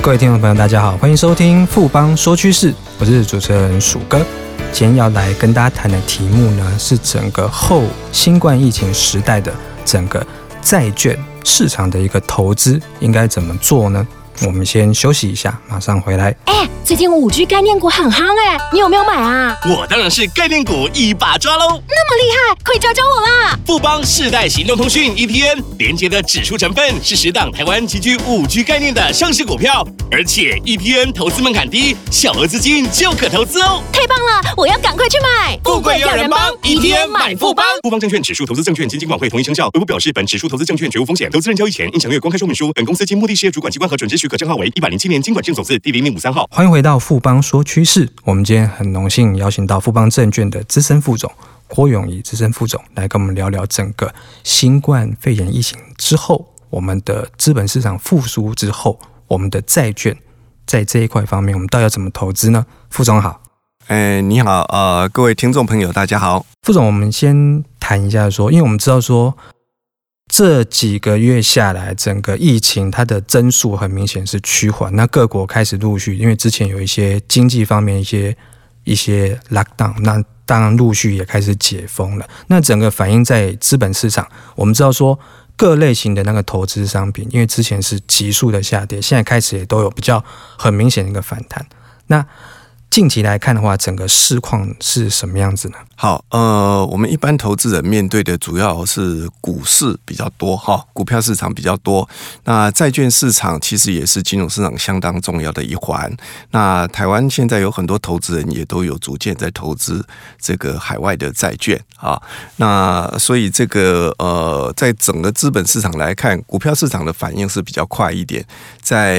各位听众朋友大家好，欢迎收听富邦说趋势，我是主持人鼠哥。今天要来跟大家谈的题目呢，是整个后新冠疫情时代的整个债券市场的一个投资应该怎么做呢？我们先休息一下，马上回来。 最近5G 概念股很夯你有没有买啊？ 我当然是概念股一把抓喽！ 那么厉害，快教教我啦！ 富邦世代行动通讯 ETN 连接的指数成分是10档台湾极具5G 概念的上市股票，而且 ETN 投资门槛低，小额资金就可投资哦！ 太棒了，我要赶快去买！ 富贵要人帮 ，ETN 买富邦。富邦证券指数投资证券经管会同意生效，微不表示本指数投资证券绝无风险，投资人交易前应详阅公开说明书。本公司经目的事业主管机关核准之许可证号为107年金管证总字第0053号。 欢迎回到富邦说趋势，我们今天很荣幸邀请到富邦证券的资深副总郭永仪资深副总来跟我们聊聊整个新冠肺炎疫情之后，我们的资本市场复苏之后，我们的债券在这一块方面，我们到底要怎么投资呢？副总好。 你好，各位听众朋友大家好。 副总，我们先谈一下说，因为我们知道说这几个月下来，整个疫情它的增速很明显是趋缓，那各国开始陆续，因为之前有一些经济方面一些 lockdown， 那当然陆续也开始解封了。那整个反映在资本市场，我们知道说各类型的那个投资商品，因为之前是急速的下跌，现在开始也都有比较很明显的一个反弹。那近期来看的话，整个市况是什么样子呢？ 好，我们一般投资人面对的主要是股市比较多股票市场比较多。那债券市场其实也是金融市场相当重要的一环。那台湾现在有很多投资人也都有逐渐在投资这个海外的债券那所以这个在整个资本市场来看，股票市场的反应是比较快一点。在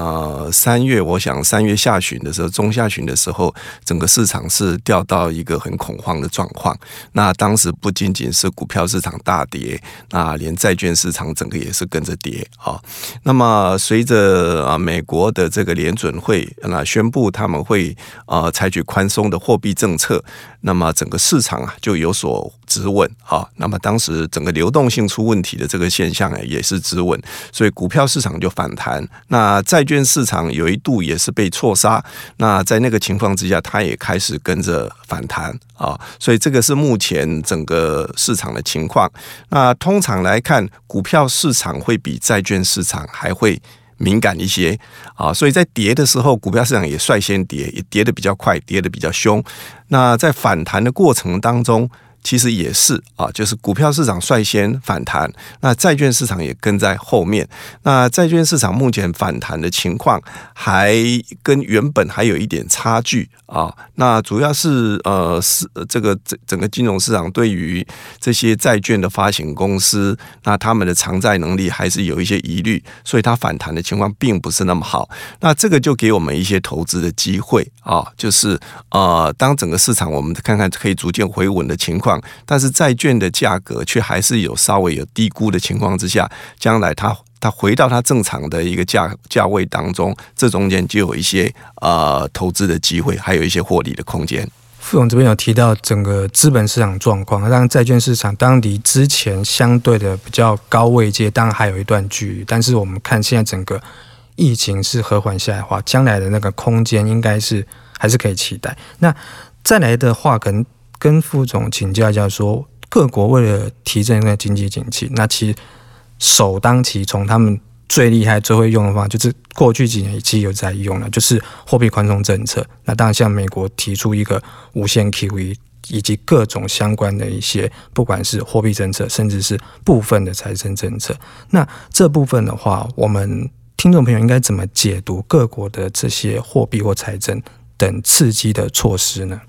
3月，我想3月下旬的时候，中下旬的时候，整个市场是掉到一个很恐慌的状况。那当时不仅仅是股票市场大跌，那连债券市场整个也是跟着跌那么随着美国的这个联准会宣布他们会采取宽松的货币政策，那么整个市场就有所止稳那么当时整个流动性出问题的这个现象也是止稳，所以股票市场就反弹。那债券市场有一度也是被错杀，那在那个情况之下，它也开始跟着反弹所以这个是目前整个市场的情况。那通常来看，股票市场会比债券市场还会敏感一些所以在跌的时候，股票市场也率先跌，也跌得比较快，跌得比较凶。那在反弹的过程当中，其实也是就是股票市场率先反弹，那债券市场也跟在后面。那债券市场目前反弹的情况还跟原本还有一点差距那主要是这个整个金融市场对于这些债券的发行公司，那他们的偿债能力还是有一些疑虑，所以它反弹的情况并不是那么好。那这个就给我们一些投资的机会就是当整个市场我们看看可以逐渐回稳的情况，但是债券的价格却还是有稍微有低估的情况之下，将来它回到它正常的一个价位当中，这中间就有一些投资的机会，还有一些获利的空间。 副总这边有提到整个资本市场状况，让债券市场当然离之前相对的比较高位阶，当然还有一段距离，但是我们看现在整个疫情是和缓下来的话，将来的那个空间应该是还是可以期待。那再来的话，可能跟副总请教一下说，各国为了提振那个经济景气，那其实首当其冲，他们最厉害最会用的方法，就是过去几年其实有在用了，就是货币宽松政策。那当然像美国提出一个无限 QE， 以及各种相关的一些不管是货币政策，甚至是部分的财政政策。那这部分的话，我们听众朋友应该怎么解读各国的这些货币或财政等刺激的措施呢？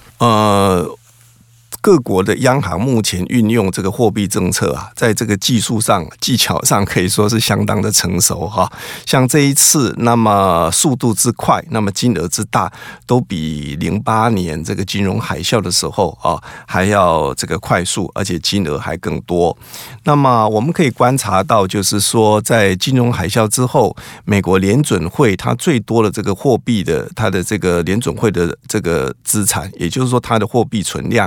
各国的央行目前运用这个货币政策在这个技巧上可以说是相当的成熟像这一次，那么速度之快，那么金额之大，都比08年这个金融海啸的时候还要这个快速，而且金额还更多。那么我们可以观察到，就是说在金融海啸之后，美国联准会它最多的这个货币的它的这个联准会的这个资产，也就是说它的货币存量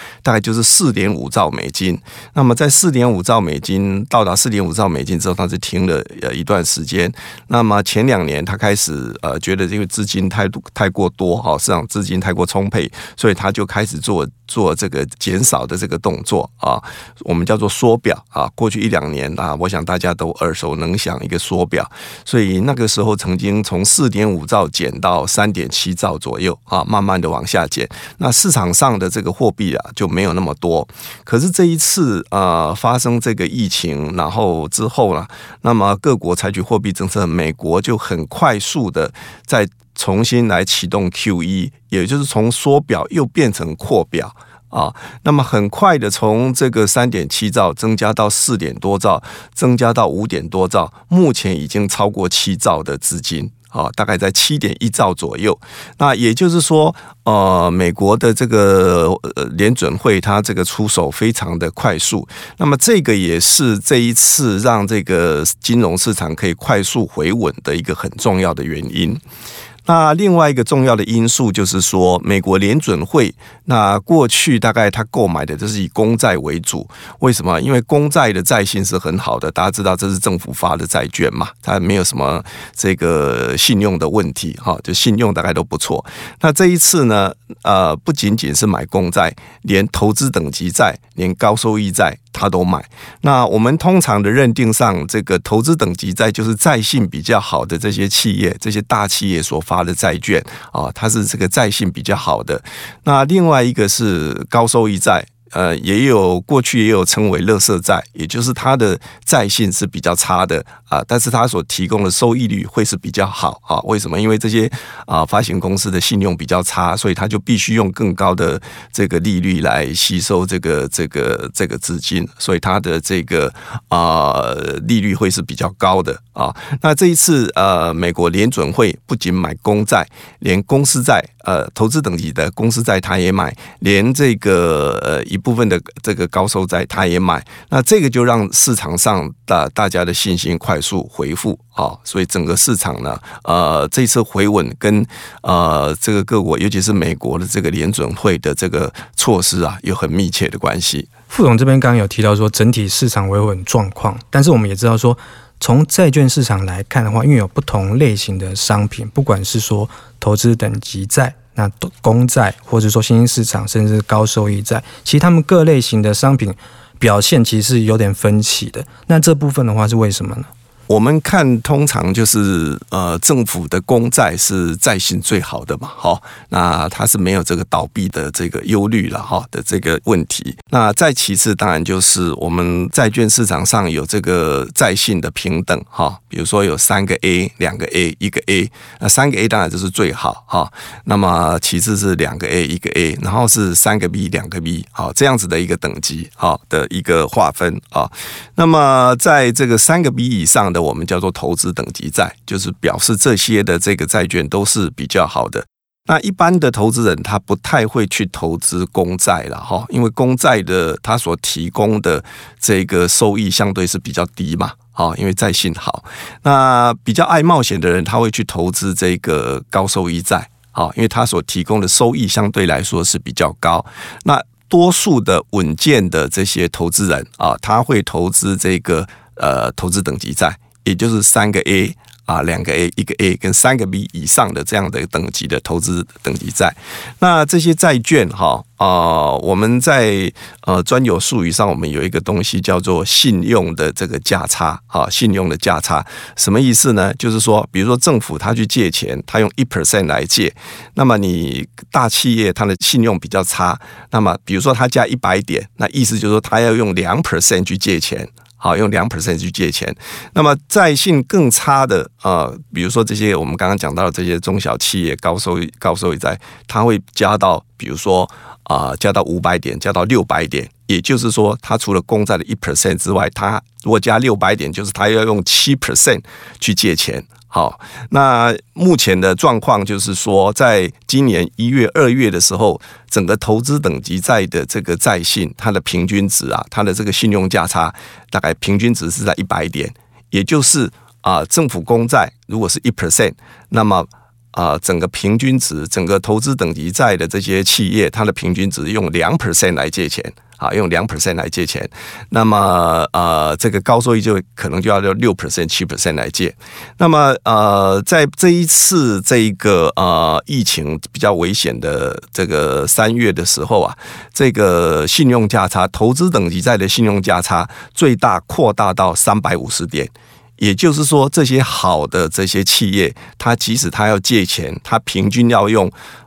大概就是4.5兆美金。那么在4.5兆美金到达4.5兆美金之后，它就停了一段时间。那么前2年它开始觉得这个资金太过多哈，市场资金太过充沛，所以它就开始做这个减少的这个动作啊，我们叫做缩表啊。过去1-2年啊，我想大家都耳熟能详一个缩表，所以那个时候曾经从4.5兆减到3.7兆左右啊，慢慢的往下减。那市场上的这个货币啊就没有那么多。可是这一次发生这个疫情，然后之后呢，那么各国采取货币政策，美国就很快速的在重新来启动 QE， 也就是从缩表又变成扩表啊。那么很快的从这个3.7兆增加到4点多兆，增加到5点多兆，目前已经超过7兆的资金。大概在7.1兆左右。那也就是说，美国的这个联准会它这个出手非常的快速。那么这个也是这一次让这个金融市场可以快速回稳的一个很重要的原因。那另外一个重要的因素就是说，美国联准会那过去大概它购买的就是以公债为主。为什么？因为公债的债性是很好的，大家知道这是政府发的债券嘛，它没有什么这个信用的问题哈，就信用大概都不错。那这一次呢，不仅仅是买公债，连投资等级债、连高收益债它都买。那我们通常的认定上，这个投资等级债就是债性比较好的这些企业、这些大企业所发的债券啊，它是这个债性比较好的。那另外一个是高收益债。过去也有称为垃圾债，也就是它的债性是比较差的啊，但是它所提供的收益率会是比较好啊。为什么？因为这些发行公司的信用比较差，所以它就必须用更高的这个利率来吸收这个资金，所以它的这个利率会是比较高的啊。那这一次美国联准会不仅买公债，连公司债投资等级的公司债它也买，连这个一部分的这个高收债它也买，那这个就让市场上大家的信心快速恢复啊，所以整个市场呢，这次回稳跟这个各国，尤其是美国的这个联准会的这个措施啊，有很密切的关系。 副总这边刚刚有提到说整体市场维稳状况，但是我们也知道说，从债券市场来看的话，因为有不同类型的商品，不管是说投资等级债。那公债或者说新兴市场甚至高收益债，其实他们各类型的商品表现其实是有点分歧的。那这部分的话是为什么呢？ 我们看通常就是政府的公债是债性最好的嘛，那它是没有这个倒闭的这个忧虑了的这个问题。那再其次当然就是我们债券市场上有这个债性的平等比如说有3个 A、2个 A、1个 A， 那3个 A 当然就是最好那么其次是2个 A、1个 A， 然后是3个 B、2个 B， 这样子的一个等级的一个划分那么在这个3个 B 以上的我们叫做投资等级债，就是表示这些的这个债券都是比较好的。那一般的投资人他不太会去投资公债了因为公债的他所提供的这个收益相对是比较低嘛因为债性好。那比较爱冒险的人他会去投资这个高收益债因为他所提供的收益相对来说是比较高。那多数的稳健的这些投资人他会投资这个投资等级债，也就是3个 A 2个 A、1个 A 跟3个 B 以上的这样的等级的投资等级债。那这些债券我们在专有术语上，我们有一个东西叫做信用的这个价差信用的价差什么意思呢？就是说，比如说政府他去借钱，他用 1% 来借，那么你大企业它的信用比较差，那么比如说他加100点，那意思就是说他要用 2% 去借钱。用 2% 去借钱。那么债性更差的比如说这些我们刚刚讲到的这些中小企业高收益债，它会加到比如说加到500点，加到600点，也就是说它除了公债的 1% 之外，它如果加600点，就是它要用 7% 去借钱。那目前的状况就是说，在今年1月、2月的时候，整个投资等级债的这个债性，它的平均值它的这个信用价差大概平均值是在100点，也就是政府公债如果是 1%， 那么整个平均值，整个投资等级债的这些企业，它的平均值用 2% 来借钱。用 2% 来借钱，那么这个高收益就可能就要用 6%、7% 来借。那么在这一次这一个疫情比较危险的这个3月的时候啊，这个信用价差，投资等级债的信用价差最大扩大到350点。也就是说，这些好的这些企业，它即使它要借钱，它平均要用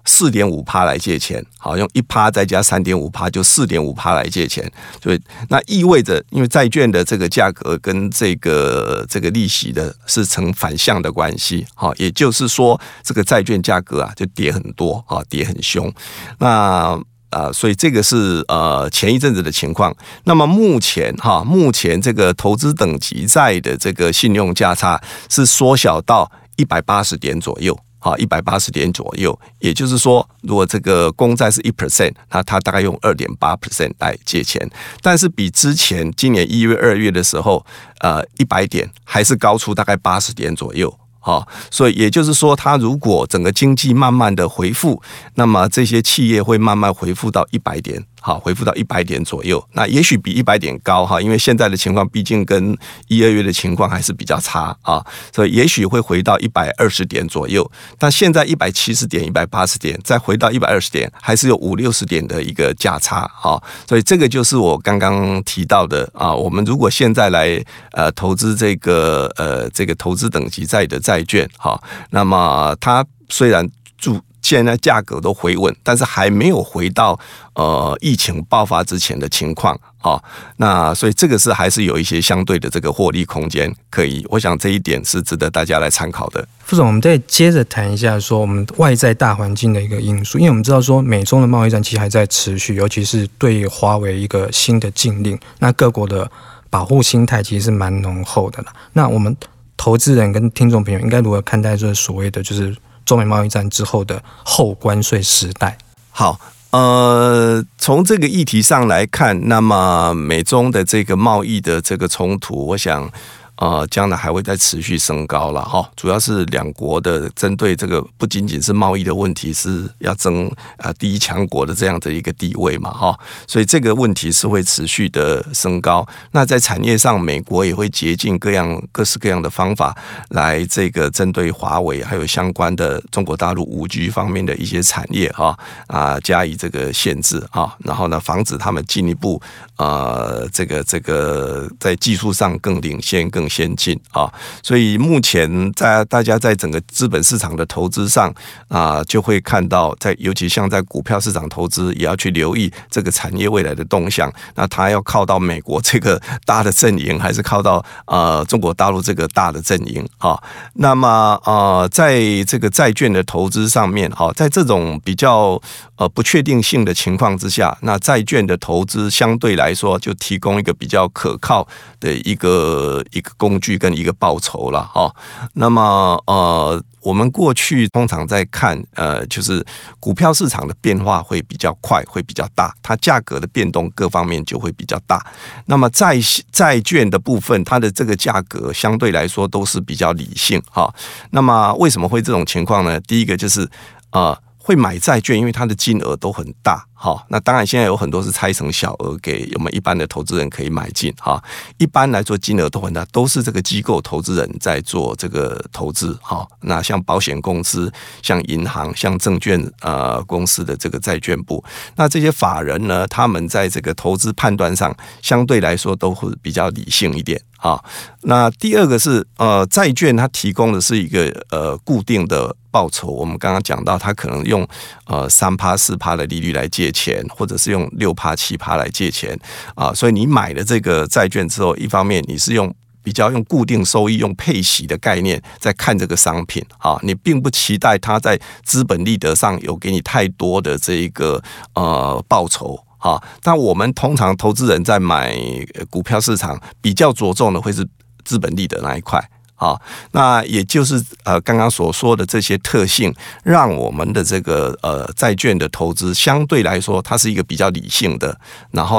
4.5% 来借钱，好，用 1% 再加 3.5% 就 4.5% 来借钱。所以那意味着，因为债券的这个价格跟这个利息的是成反向的关系，好，也就是说，这个债券价格啊就跌很多，跌很凶。那所以这个是前一阵子的情况。那么目前这个投资等级债的这个信用价差是缩小到180点左右。180点左右，也就是说，如果这个公债是 1%， 那它大概用 2.8% 来借钱，但是比之前今年1月、2月的时候，100点还是高出大概80点左右。所以也就是说，它如果整个经济慢慢的恢复，那么这些企业会慢慢恢复到100点，恢复到100点左右。那也许比100点高因为现在的情况毕竟跟1、2月的情况还是比较差所以也许会回到120点左右。但现在170点、180点，再回到120点，还是有50、60点的一个价差所以这个就是我刚刚提到的我们如果现在来投资这个投资等级债的债券那么它虽然现在价格都回稳，但是还没有回到疫情爆发之前的情况那所以这个是还是有一些相对的这个获利空间可以，我想这一点是值得大家来参考的。 副总，我们再接着谈一下说我们外在大环境的一个因素，因为我们知道说美中的贸易战其实还在持续，尤其是对华为一个新的禁令，那各国的保护心态其实是蛮浓厚的啦。那我们投资人跟听众朋友应该如何看待这所谓的就是中美贸易战之后的后关税时代？ 好，从这个议题上来看，那么美中的这个贸易的这个冲突，我想将来还会再持续升高了主要是两国的针对这个不仅仅是贸易的问题，是要争第一强国的这样的一个地位嘛所以这个问题是会持续的升高。那在产业上，美国也会竭尽各式各样的方法来这个针对华为还有相关的中国大陆5G 方面的一些产业加以这个限制然后呢，防止他们进一步这个在技术上更领先、更先进所以目前大家在整个资本市场的投资上就会看到，尤其像在股票市场投资，也要去留意这个产业未来的动向。那它要靠到美国这个大的阵营，还是靠到中国大陆这个大的阵营那么在这个债券的投资上面在这种比较不确定性的情况之下，那债券的投资相对来说就提供一个比较可靠的一个工具跟一个报酬了那么我们过去通常在看就是股票市场的变化会比较快，会比较大，它价格的变动各方面就会比较大。那么债券的部分，它的这个价格相对来说都是比较理性那么为什么会这种情况呢？第一个就是会买债券，因为它的金额都很大那当然现在有很多是拆成小额给我们一般的投资人可以买进一般来说金额都很大，都是这个机构投资人在做这个投资那像保险公司、像银行、像证券公司的这个债券部，那这些法人呢，他们在这个投资判断上相对来说都会比较理性一点那第二个是债券它提供的是一个固定的报酬，我们刚刚讲到它可能用3%、4% 的利率来借钱，或者是用6%、7% 来借钱所以你买了这个债券之后，一方面你是比较用固定收益、用配息的概念在看这个商品你并不期待它在资本利得上有给你太多的这一个报酬但我们通常投资人在买股票市场比较着重的会是资本利得那一块那也就是刚刚所说的这些特性，让我们的这个债券的投资相对来说，它是一个比较理性的，然后呢，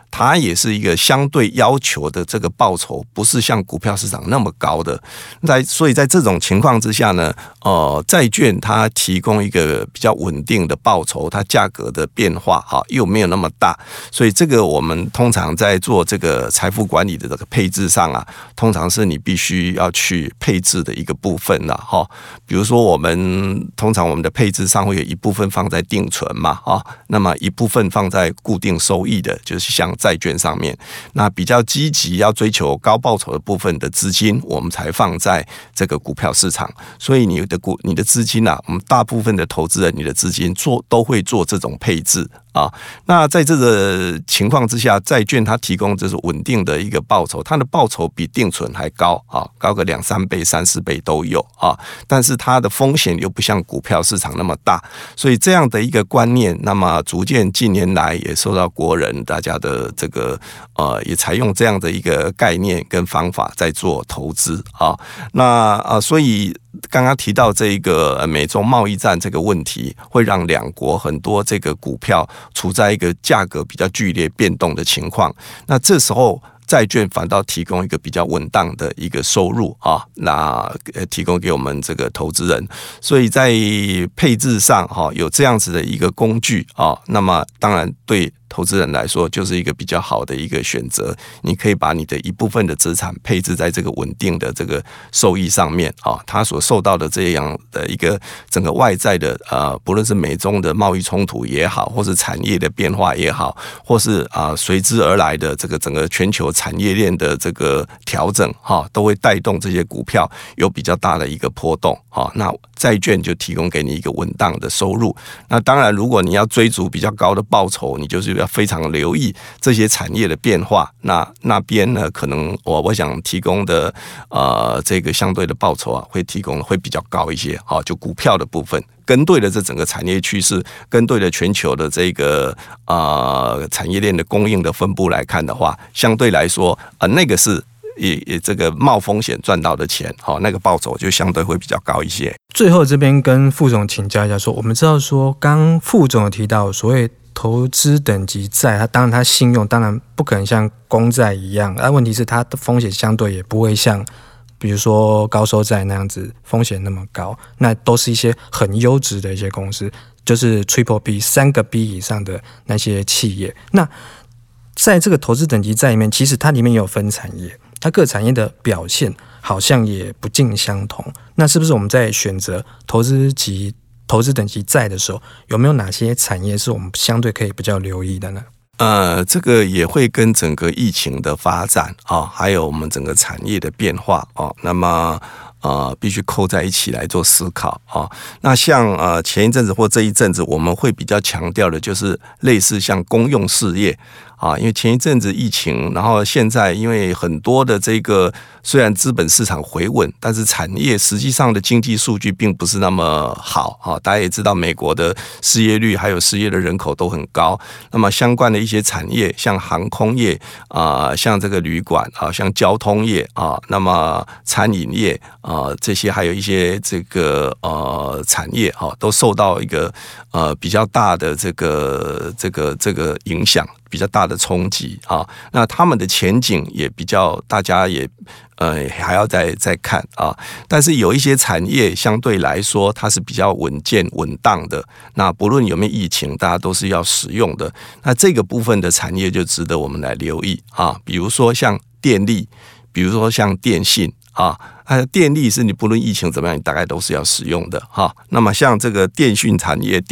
它也是一个相对要求的这个报酬，不是像股票市场那么高的。所以在这种情况之下呢，债券它提供一个比较稳定的报酬，它价格的变化又没有那么大，所以这个我们通常在做这个财富管理的这个配置上通常是你必须要去配置的一个部分啦比如说我们的配置上会有一部分放在定存嘛那么一部分放在固定收益的，就是像债券上面。那比较积极要追求高报酬的部分的资金，我们才放在这个股票市场。所以你的资金我们大部分的投资人，你的资金都会做这种配置那在这个情况之下，债券它提供就是稳定的一个报酬，它的报酬比定存还高高个2-3倍、3-4倍都有但是它的风险又不像股票市场那么大，所以这样的一个观念，那么逐渐近年来也受到国人大家的这个也采用这样的一个概念跟方法在做投资所以刚刚提到这个美中贸易战这个问题，会让两国很多这个股票处在一个价格比较剧烈变动的情况。那这时候债券反倒提供一个比较稳当的一个收入那提供给我们这个投资人。所以在配置上有这样子的一个工具那么当然对投资人来说就是一个比较好的一个选择。你可以把你的一部分的资产配置在这个稳定的这个收益上面它所受到的这样的一个整个外在的不论是美中的贸易冲突也好，或是产业的变化也好，或是随之而来的这个整个全球产业链的这个调整都会带动这些股票有比较大的一个波动那债券就提供给你一个稳当的收入。那当然如果你要追逐比较高的报酬，你就是要非常留意这些产业的变化。那边呢，可能我想提供的这个相对的报酬会提供会比较高一些就股票的部分跟对了这整个产业趋势，跟对了全球的这个产业链的供应的分布来看的话，相对来说那个是这个冒风险赚到的钱那个报酬就相对会比较高一些。 最后这边跟副总请教一下说，我们知道说刚副总有提到所谓投资等级债，当然它信用当然不可能像公债一样，但问题是它的风险相对也不会像比如说高收债那样子风险那么高，那都是一些很优质的一些公司，就是 Triple B 3个 B 以上的那些企业。那在这个投资等级债里面，其实它里面也有分产业，它各产业的表现好像也不尽相同。那是不是我们在选择投资等级债的时候，有没有哪些产业是我们相对可以比较留意的呢？ 这个也会跟整个疫情的发展还有我们整个产业的变化那么必须扣在一起来做思考那像前一阵子或这一阵子，我们会比较强调的就是类似像公用事业因为前一阵子疫情，然后现在因为很多的这个虽然资本市场回稳，但是产业实际上的经济数据并不是那么好大家也知道美国的失业率还有失业的人口都很高，那么相关的一些产业像航空业像这个旅馆像交通业那么餐饮业这些还有一些这个产业都受到一个比较大的这个影响，比较大的冲击那他们的前景也比较大家也还要再看但是有一些产业相对来说它是比较稳健稳当的，那不论有没有疫情，大家都是要使用的，那这个部分的产业就值得我们来留意比如说像电力，比如说像电信电力是你不论疫情怎么样，你大概都是要使用的那么像这个电信产业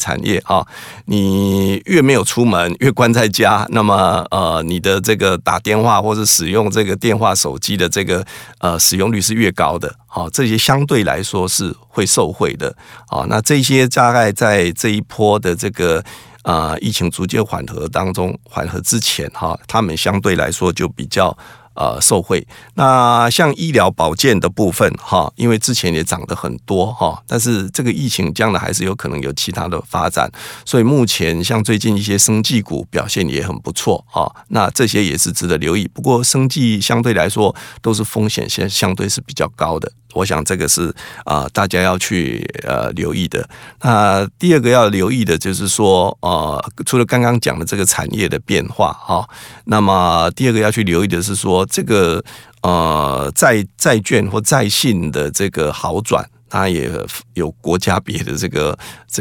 你越没有出门，越关在家，那么你的这个打电话或者使用这个电话手机的这个使用率是越高的这些相对来说是会受惠的那这些大概在这一波的这个疫情逐渐缓和之前他们相对来说就比较受惠。那像医疗保健的部分因为之前也涨得很多但是这个疫情将来还是有可能有其他的发展，所以目前像最近一些生技股表现也很不错那这些也是值得留意。不过生技相对来说都是风险相对是比较高的我想这个是大家要去留意的。那第二个要留意的就是说除了刚刚讲的这个产业的变化那么第二个要去留意的是说这个债券或债信的这个好转。它也有国家别的这个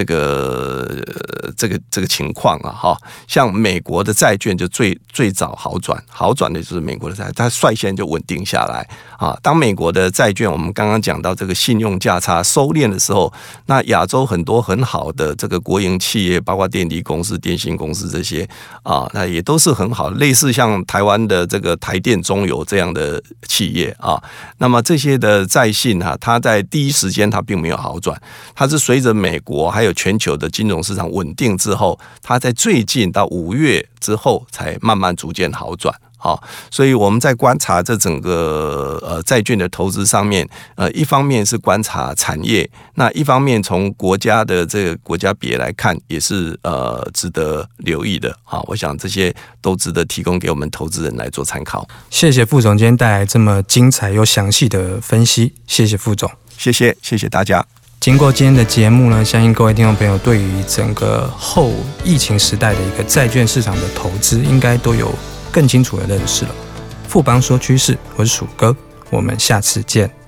情况像美国的债券就最早好转的就是美国的债，它率先就稳定下来当美国的债券我们刚刚讲到这个信用价差收敛的时候，那亚洲很多很好的这个国营企业，包括电力公司、电信公司这些那也都是很好，类似像台湾的这个台电、中油这样的企业那么这些的债信它在第一时间它并没有好转，它是随着美国还有全球的金融市场稳定之后，它在最近到5月之后才慢慢逐渐好转。所以我们在观察这整个债券的投资上面，一方面是观察产业，那一方面从国家的这个国家别来看，也是值得留意的我想这些都值得提供给我们投资人来做参考。 谢谢副总今天带来这么精彩又详细的分析，谢谢副总。 谢谢大家。 经过今天的节目呢，相信各位听众朋友对于整个后疫情时代的一个债券市场的投资，应该都有更清楚的认识了。富邦说趋势，我是鼠哥，我们下次见。